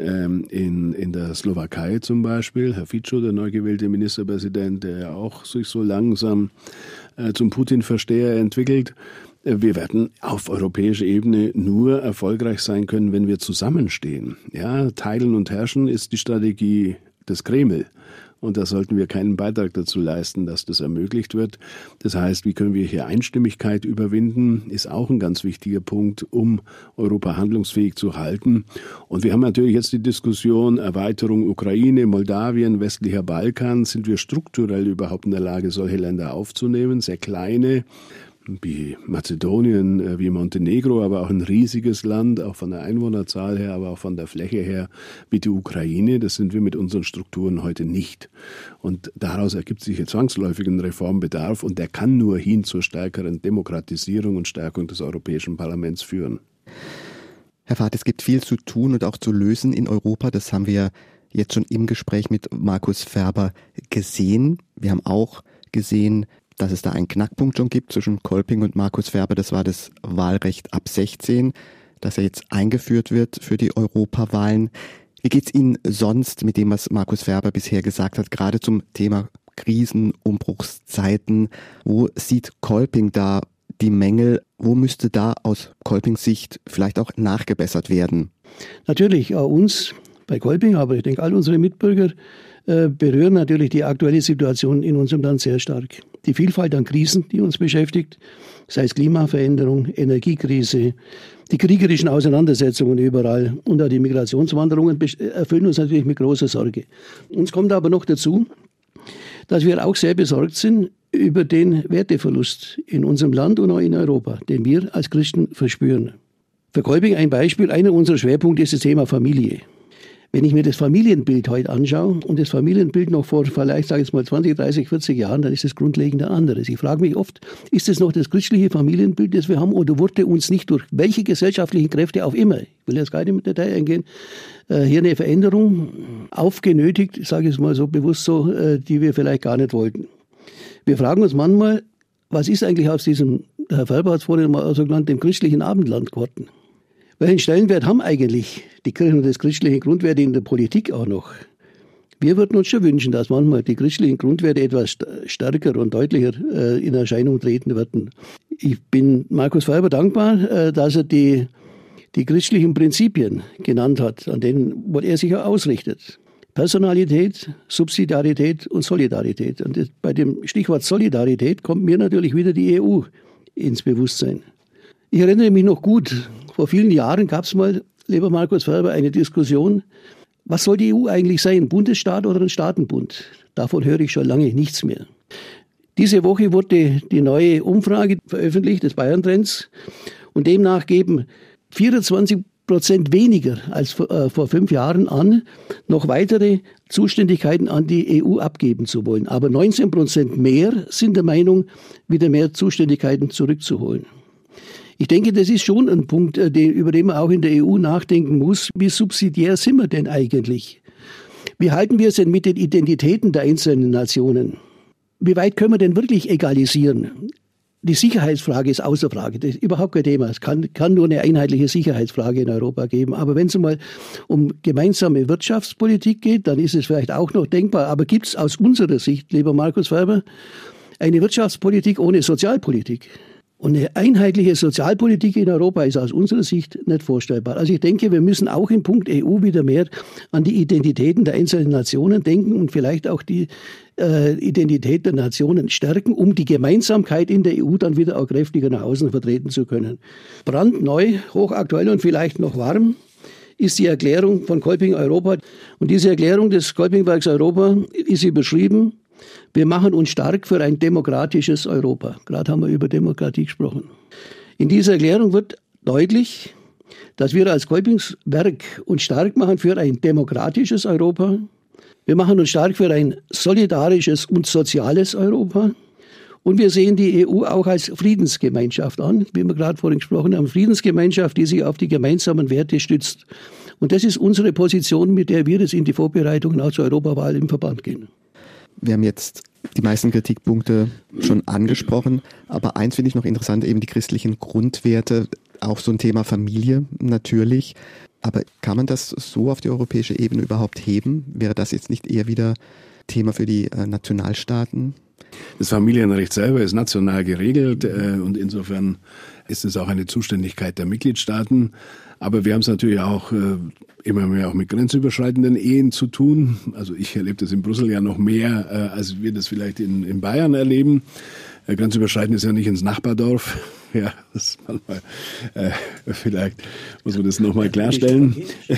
in der Slowakei zum Beispiel. Herr Fico, der neu gewählte Ministerpräsident, der ja auch sich so langsam zum Putin-Versteher entwickelt. Wir werden auf europäischer Ebene nur erfolgreich sein können, wenn wir zusammenstehen. Ja, teilen und herrschen ist die Strategie des Kreml. Und da sollten wir keinen Beitrag dazu leisten, dass das ermöglicht wird. Das heißt, wie können wir hier Einstimmigkeit überwinden, ist auch ein ganz wichtiger Punkt, um Europa handlungsfähig zu halten. Und wir haben natürlich jetzt die Diskussion Erweiterung Ukraine, Moldawien, westlicher Balkan. Sind wir strukturell überhaupt in der Lage, solche Länder aufzunehmen? Sehr kleine, wie Mazedonien, wie Montenegro, aber auch ein riesiges Land, auch von der Einwohnerzahl her, aber auch von der Fläche her, wie die Ukraine. Das sind wir mit unseren Strukturen heute nicht. Und daraus ergibt sich zwangsläufig ein Reformbedarf und der kann nur hin zur stärkeren Demokratisierung und Stärkung des Europäischen Parlaments führen. Herr Vath, es gibt viel zu tun und auch zu lösen in Europa. Das haben wir jetzt schon im Gespräch mit Markus Ferber gesehen. Wir haben auch gesehen, dass es da einen Knackpunkt schon gibt zwischen Kolping und Markus Ferber. Das war das Wahlrecht ab 16, das ja jetzt eingeführt wird für die Europawahlen. Wie geht's Ihnen sonst mit dem, was Markus Ferber bisher gesagt hat, gerade zum Thema Krisen, Umbruchszeiten? Wo sieht Kolping da die Mängel? Wo müsste da aus Kolpings Sicht vielleicht auch nachgebessert werden? Natürlich, auch uns bei Kolping, aber ich denke, all unsere Mitbürger berühren natürlich die aktuelle Situation in unserem Land sehr stark. Die Vielfalt an Krisen, die uns beschäftigt, sei es Klimaveränderung, Energiekrise, die kriegerischen Auseinandersetzungen überall und auch die Migrationswanderungen erfüllen uns natürlich mit großer Sorge. Uns kommt aber noch dazu, dass wir auch sehr besorgt sind über den Werteverlust in unserem Land und auch in Europa, den wir als Christen verspüren. Für Kolping ein Beispiel, einer unserer Schwerpunkte ist das Thema Familie. Wenn ich mir das Familienbild heute anschaue und das Familienbild noch vor vielleicht, sage ich jetzt mal 20, 30, 40 Jahren, dann ist das grundlegend anderes. Ich frage mich oft, ist es noch das christliche Familienbild, das wir haben, oder wurde uns nicht durch welche gesellschaftlichen Kräfte auch immer, ich will jetzt gar nicht im Detail eingehen, hier eine Veränderung aufgenötigt, sage ich es mal so bewusst so, die wir vielleicht gar nicht wollten. Wir fragen uns manchmal, was ist eigentlich aus diesem, Herr Ferber hat es vorhin mal so genannt, dem christlichen Abendland geworden? Welchen Stellenwert haben eigentlich die Kirchen und das christliche Grundwerte in der Politik auch noch? Wir würden uns schon wünschen, dass manchmal die christlichen Grundwerte etwas stärker und deutlicher in Erscheinung treten würden. Ich bin Markus Ferber dankbar, dass er die christlichen Prinzipien genannt hat, an denen er sich auch ausrichtet. Personalität, Subsidiarität und Solidarität. Und bei dem Stichwort Solidarität kommt mir natürlich wieder die EU ins Bewusstsein. Ich erinnere mich noch gut, vor vielen Jahren gab es mal, lieber Markus Ferber, eine Diskussion, was soll die EU eigentlich sein, ein Bundesstaat oder ein Staatenbund? Davon höre ich schon lange nichts mehr. Diese Woche wurde die neue Umfrage veröffentlicht, des Bayern-Trends, und demnach geben 24% weniger als vor 5 Jahren an, noch weitere Zuständigkeiten an die EU abgeben zu wollen. Aber 19% mehr sind der Meinung, wieder mehr Zuständigkeiten zurückzuholen. Ich denke, das ist schon ein Punkt, über den man auch in der EU nachdenken muss. Wie subsidiär sind wir denn eigentlich? Wie halten wir es denn mit den Identitäten der einzelnen Nationen? Wie weit können wir denn wirklich egalisieren? Die Sicherheitsfrage ist außer Frage. Das ist überhaupt kein Thema. Es kann nur eine einheitliche Sicherheitsfrage in Europa geben. Aber wenn es mal um gemeinsame Wirtschaftspolitik geht, dann ist es vielleicht auch noch denkbar. Aber gibt es aus unserer Sicht, lieber Markus Ferber, eine Wirtschaftspolitik ohne Sozialpolitik? Und eine einheitliche Sozialpolitik in Europa ist aus unserer Sicht nicht vorstellbar. Also ich denke, wir müssen auch im Punkt EU wieder mehr an die Identitäten der einzelnen Nationen denken und vielleicht auch die Identität der Nationen stärken, um die Gemeinsamkeit in der EU dann wieder auch kräftiger nach außen vertreten zu können. Brandneu, hochaktuell und vielleicht noch warm ist die Erklärung von Kolping Europa. Und diese Erklärung des Kolpingwerks Europa ist überschrieben: Wir machen uns stark für ein demokratisches Europa. Gerade haben wir über Demokratie gesprochen. In dieser Erklärung wird deutlich, dass wir als Kolpingswerk uns stark machen für ein demokratisches Europa. Wir machen uns stark für ein solidarisches und soziales Europa. Und wir sehen die EU auch als Friedensgemeinschaft an, wie wir gerade vorhin gesprochen haben. Friedensgemeinschaft, die sich auf die gemeinsamen Werte stützt. Und das ist unsere Position, mit der wir jetzt in die Vorbereitungen auch zur Europawahl im Verband gehen. Wir haben jetzt die meisten Kritikpunkte schon angesprochen, aber eins finde ich noch interessant, eben die christlichen Grundwerte, auch so ein Thema Familie natürlich. Aber kann man das so auf die europäische Ebene überhaupt heben? Wäre das jetzt nicht eher wieder Thema für die Nationalstaaten? Das Familienrecht selber ist national geregelt und insofern ist es auch eine Zuständigkeit der Mitgliedstaaten. Aber wir haben es natürlich auch immer mehr auch mit grenzüberschreitenden Ehen zu tun. Also ich erlebe das in Brüssel ja noch mehr, als wir das vielleicht in Bayern erleben. Grenzüberschreitend ist ja nicht ins Nachbardorf, Ja, das ist manchmal, vielleicht muss man das nochmal klarstellen.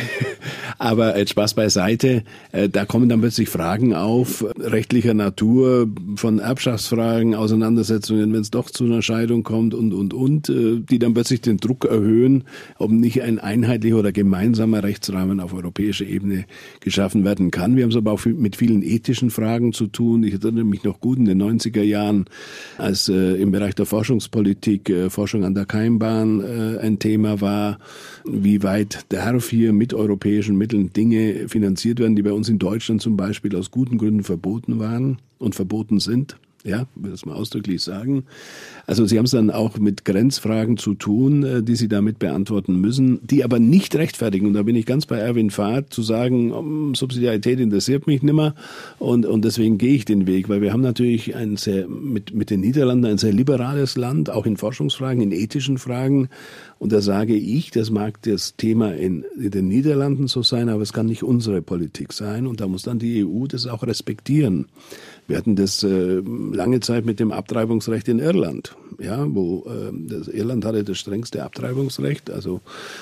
Aber Spaß beiseite, da kommen dann plötzlich Fragen auf, rechtlicher Natur, von Erbschaftsfragen, Auseinandersetzungen, wenn es doch zu einer Scheidung kommt und, die dann plötzlich den Druck erhöhen, ob nicht ein einheitlicher oder gemeinsamer Rechtsrahmen auf europäischer Ebene geschaffen werden kann. Wir haben es aber auch mit vielen ethischen Fragen zu tun. Ich erinnere mich noch gut in den 90er Jahren, als im Bereich der Forschungspolitik Forschung an der Keimbahn ein Thema war, wie weit darf hier mit europäischen Mitteln Dinge finanziert werden, die bei uns in Deutschland zum Beispiel aus guten Gründen verboten waren und verboten sind. Ja, will das mal ausdrücklich sagen. Also Sie haben es dann auch mit Grenzfragen zu tun, die Sie damit beantworten müssen, die aber nicht rechtfertigen. Und da bin ich ganz bei Erwin Fahrt, zu sagen, Subsidiarität interessiert mich nimmer und deswegen gehe ich den Weg, weil wir haben natürlich mit den Niederlanden ein sehr liberales Land, auch in Forschungsfragen, in ethischen Fragen. Und da sage ich, das mag das Thema in den Niederlanden so sein, aber es kann nicht unsere Politik sein. Und da muss dann die EU das auch respektieren. Wir hatten das lange Zeit mit dem Abtreibungsrecht in Irland, ja, wo Irland hatte das strengste Abtreibungsrecht, also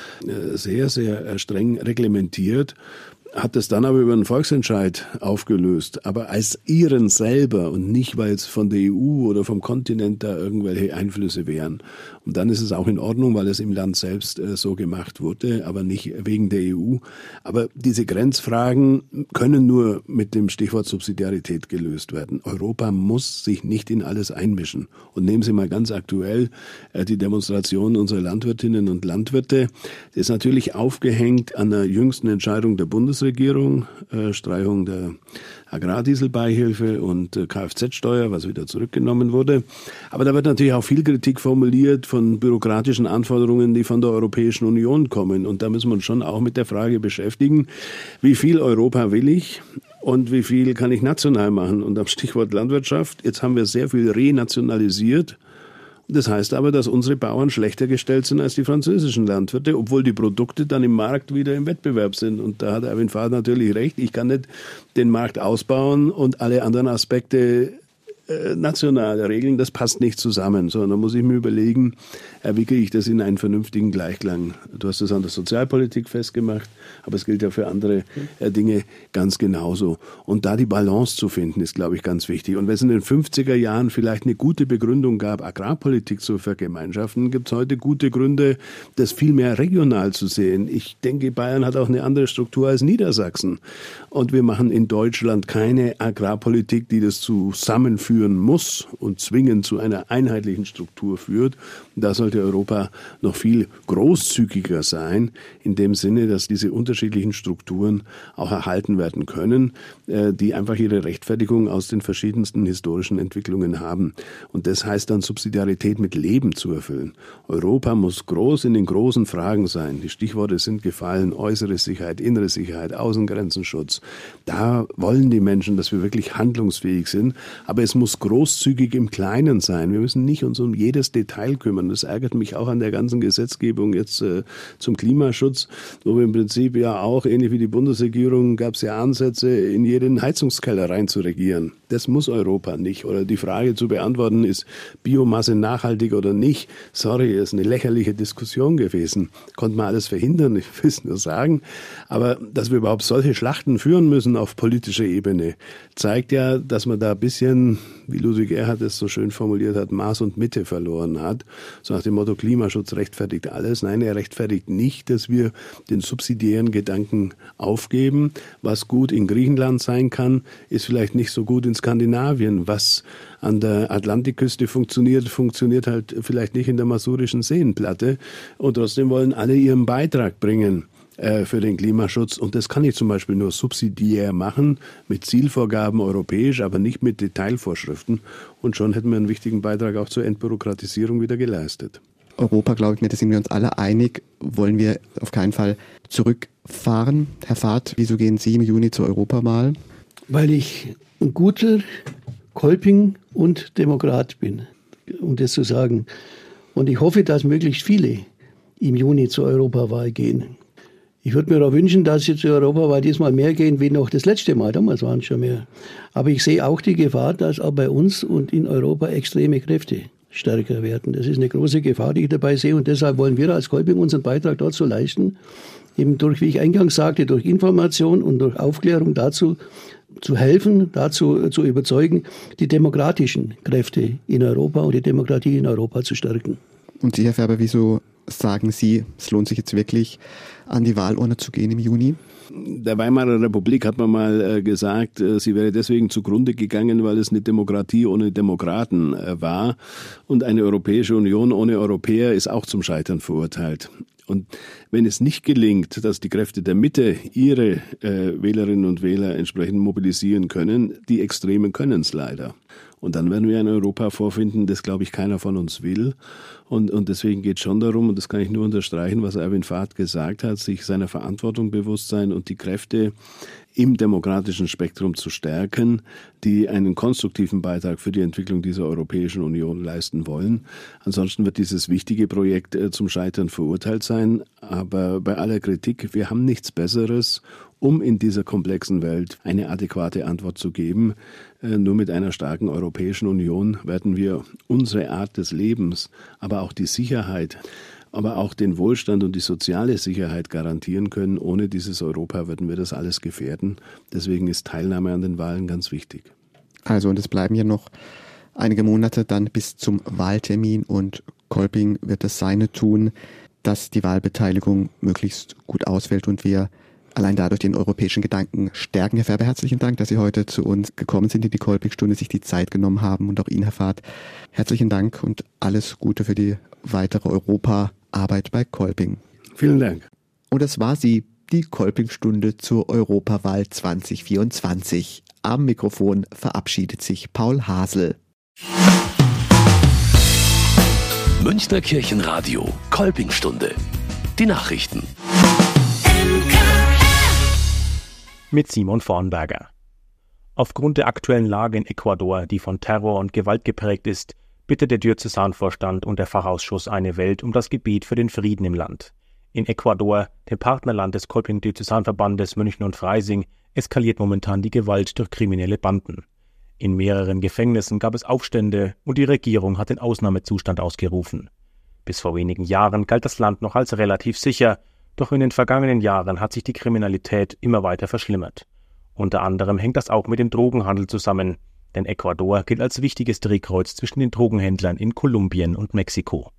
sehr, sehr streng reglementiert, hat es dann aber über einen Volksentscheid aufgelöst, aber als ihren selber und nicht, weil es von der EU oder vom Kontinent da irgendwelche Einflüsse wären. Und dann ist es auch in Ordnung, weil es im Land selbst so gemacht wurde, aber nicht wegen der EU. Aber diese Grenzfragen können nur mit dem Stichwort Subsidiarität gelöst werden. Europa muss sich nicht in alles einmischen. Und nehmen Sie mal ganz aktuell die Demonstration unserer Landwirtinnen und Landwirte. Das ist natürlich aufgehängt an der jüngsten Entscheidung der Bundesregierung, Streichung der Agrardieselbeihilfe und Kfz-Steuer, was wieder zurückgenommen wurde. Aber da wird natürlich auch viel Kritik formuliert von bürokratischen Anforderungen, die von der Europäischen Union kommen. Und da müssen wir uns schon auch mit der Frage beschäftigen, wie viel Europa will ich und wie viel kann ich national machen? Und am Stichwort Landwirtschaft, jetzt haben wir sehr viel renationalisiert. Das heißt aber, dass unsere Bauern schlechter gestellt sind als die französischen Landwirte, obwohl die Produkte dann im Markt wieder im Wettbewerb sind. Und da hat Erwin Fahrt natürlich recht. Ich kann nicht den Markt ausbauen und alle anderen Aspekte national regeln. Das passt nicht zusammen, sondern da muss ich mir überlegen, wie kriege ich das in einen vernünftigen Gleichklang. Du hast das an der Sozialpolitik festgemacht, aber es gilt ja für andere Dinge ganz genauso. Und da die Balance zu finden, ist, glaube ich, ganz wichtig. Und wenn es in den 50er Jahren vielleicht eine gute Begründung gab, Agrarpolitik zu vergemeinschaften, gibt es heute gute Gründe, das viel mehr regional zu sehen. Ich denke, Bayern hat auch eine andere Struktur als Niedersachsen. Und wir machen in Deutschland keine Agrarpolitik, die das zusammenführen muss und zwingend zu einer einheitlichen Struktur führt. Da sollte Europa noch viel großzügiger sein, in dem Sinne, dass diese unterschiedlichen Strukturen auch erhalten werden können, die einfach ihre Rechtfertigung aus den verschiedensten historischen Entwicklungen haben. Und das heißt dann, Subsidiarität mit Leben zu erfüllen. Europa muss groß in den großen Fragen sein. Die Stichworte sind gefallen: äußere Sicherheit, innere Sicherheit, Außengrenzenschutz. Da wollen die Menschen, dass wir wirklich handlungsfähig sind. Aber es muss großzügig im Kleinen sein. Wir müssen nicht uns um jedes Detail kümmern. Das ärgert mich auch an der ganzen Gesetzgebung jetzt zum Klimaschutz, wo wir im Prinzip ja auch, ähnlich wie die Bundesregierung, gab es ja Ansätze, in jeden Heizungskeller rein zu regieren. Das muss Europa nicht. Oder die Frage zu beantworten, ist Biomasse nachhaltig oder nicht? Sorry, ist eine lächerliche Diskussion gewesen. Konnte man alles verhindern, ich will es nur sagen. Aber dass wir überhaupt solche Schlachten führen müssen auf politischer Ebene, zeigt ja, dass man da ein bisschen, wie Ludwig Erhard es so schön formuliert hat, Maß und Mitte verloren hat. So nach dem Motto, Klimaschutz rechtfertigt alles. Nein, er rechtfertigt nicht, dass wir den subsidiären Gedanken aufgeben. Was gut in Griechenland sein kann, ist vielleicht nicht so gut in Skandinavien. Was an der Atlantikküste funktioniert halt vielleicht nicht in der masurischen Seenplatte. Und trotzdem wollen alle ihren Beitrag bringen für den Klimaschutz. Und das kann ich zum Beispiel nur subsidiär machen, mit Zielvorgaben europäisch, aber nicht mit Detailvorschriften. Und schon hätten wir einen wichtigen Beitrag auch zur Entbürokratisierung wieder geleistet. Europa, glaube ich, da sind wir uns alle einig, wollen wir auf keinen Fall zurückfahren. Herr Fahrt, wieso gehen Sie im Juni zur Europawahl? Weil ich ein guter Kolping und Demokrat bin, um das zu sagen. Und ich hoffe, dass möglichst viele im Juni zur Europawahl gehen. Ich würde mir auch wünschen, dass sie zur Europawahl diesmal mehr gehen, wie noch das letzte Mal. Damals waren es schon mehr. Aber ich sehe auch die Gefahr, dass auch bei uns und in Europa extreme Kräfte stärker werden. Das ist eine große Gefahr, die ich dabei sehe. Und deshalb wollen wir als Kolping unseren Beitrag dazu leisten, eben durch, wie ich eingangs sagte, durch Information und durch Aufklärung dazu zu helfen, dazu zu überzeugen, die demokratischen Kräfte in Europa und die Demokratie in Europa zu stärken. Und Sie, Herr Färber, wieso sagen Sie, es lohnt sich jetzt wirklich, an die Wahlurne zu gehen im Juni? Der Weimarer Republik hat man mal gesagt, sie wäre deswegen zugrunde gegangen, weil es eine Demokratie ohne Demokraten war. Und eine Europäische Union ohne Europäer ist auch zum Scheitern verurteilt. Und wenn es nicht gelingt, dass die Kräfte der Mitte ihre Wählerinnen und Wähler entsprechend mobilisieren können, die Extremen können es leider. Und dann werden wir ein Europa vorfinden, das, glaube ich, keiner von uns will. Und deswegen geht es schon darum, und das kann ich nur unterstreichen, was Erwin Fahrt gesagt hat, sich seiner Verantwortung bewusst sein und die Kräfte im demokratischen Spektrum zu stärken, die einen konstruktiven Beitrag für die Entwicklung dieser Europäischen Union leisten wollen. Ansonsten wird dieses wichtige Projekt zum Scheitern verurteilt sein. Aber bei aller Kritik, wir haben nichts Besseres, um in dieser komplexen Welt eine adäquate Antwort zu geben. Nur mit einer starken Europäischen Union werden wir unsere Art des Lebens, aber auch die Sicherheit, aber auch den Wohlstand und die soziale Sicherheit garantieren können. Ohne dieses Europa würden wir das alles gefährden. Deswegen ist Teilnahme an den Wahlen ganz wichtig. Also, und es bleiben ja noch einige Monate dann bis zum Wahltermin und Kolping wird das Seine tun, dass die Wahlbeteiligung möglichst gut ausfällt und wir allein dadurch den europäischen Gedanken stärken. Herr Färber, herzlichen Dank, dass Sie heute zu uns gekommen sind in die Kolping-Stunde, sich die Zeit genommen haben und auch Ihnen, Herr Fahrt, herzlichen Dank und alles Gute für die weitere Europaarbeit bei Kolping. Vielen Dank. Und das war sie, die Kolping-Stunde zur Europawahl 2024. Am Mikrofon verabschiedet sich Paul Hasel. Münchner Kirchenradio, Kolping-Stunde. Die Nachrichten. Mit Simon Vornberger. Aufgrund der aktuellen Lage in Ecuador, die von Terror und Gewalt geprägt ist, bittet der Diözesanvorstand und der Fachausschuss Eine Welt um das Gebet für den Frieden im Land. In Ecuador, dem Partnerland des Kolping-Diözesanverbandes München und Freising, eskaliert momentan die Gewalt durch kriminelle Banden. In mehreren Gefängnissen gab es Aufstände und die Regierung hat den Ausnahmezustand ausgerufen. Bis vor wenigen Jahren galt das Land noch als relativ sicher, doch in den vergangenen Jahren hat sich die Kriminalität immer weiter verschlimmert. Unter anderem hängt das auch mit dem Drogenhandel zusammen, denn Ecuador gilt als wichtiges Drehkreuz zwischen den Drogenhändlern in Kolumbien und Mexiko.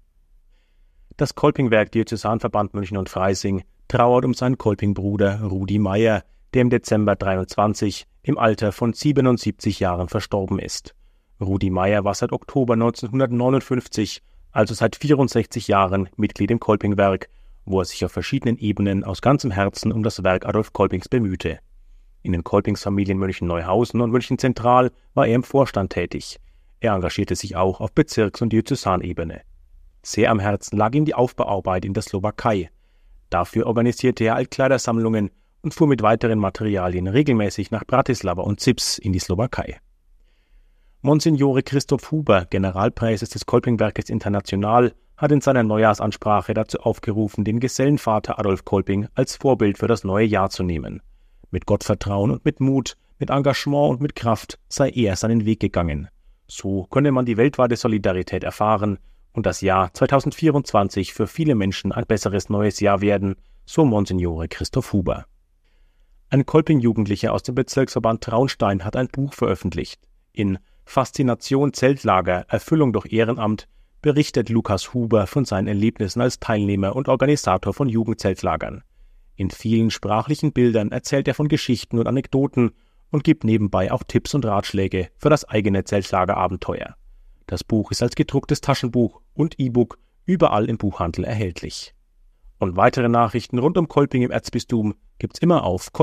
Das Kolpingwerk Diözesanverband München und Freising trauert um seinen Kolpingbruder Rudi Meier, der im Dezember 23 im Alter von 77 Jahren verstorben ist. Rudi Meier war seit Oktober 1959, also seit 64 Jahren, Mitglied im Kolpingwerk, wo er sich auf verschiedenen Ebenen aus ganzem Herzen um das Werk Adolf Kolpings bemühte. In den Kolpingsfamilien München-Neuhausen und München-Zentral war er im Vorstand tätig. Er engagierte sich auch auf Bezirks- und Diözesanebene. Sehr am Herzen lag ihm die Aufbauarbeit in der Slowakei. Dafür organisierte er Altkleidersammlungen und fuhr mit weiteren Materialien regelmäßig nach Bratislava und Zips in die Slowakei. Monsignore Christoph Huber, Generalpräses des Kolpingwerkes International, hat in seiner Neujahrsansprache dazu aufgerufen, den Gesellenvater Adolf Kolping als Vorbild für das neue Jahr zu nehmen. Mit Gottvertrauen und mit Mut, mit Engagement und mit Kraft sei er seinen Weg gegangen. So könne man die weltweite Solidarität erfahren und das Jahr 2024 für viele Menschen ein besseres neues Jahr werden, so Monsignore Christoph Huber. Ein Kolping-Jugendlicher aus dem Bezirksverband Traunstein hat ein Buch veröffentlicht. In Faszination Zeltlager, Erfüllung durch Ehrenamt berichtet Lukas Huber von seinen Erlebnissen als Teilnehmer und Organisator von Jugendzeltlagern. In vielen sprachlichen Bildern erzählt er von Geschichten und Anekdoten und gibt nebenbei auch Tipps und Ratschläge für das eigene Zeltlagerabenteuer. Das Buch ist als gedrucktes Taschenbuch und E-Book überall im Buchhandel erhältlich. Und weitere Nachrichten rund um Kolping im Erzbistum gibt's immer auf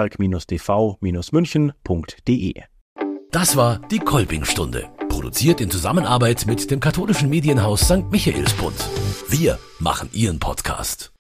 kolpingwerk-dv-münchen.de. Das war die Kolping-Stunde, produziert in Zusammenarbeit mit dem katholischen Medienhaus St. Michaelsbund. Wir machen Ihren Podcast.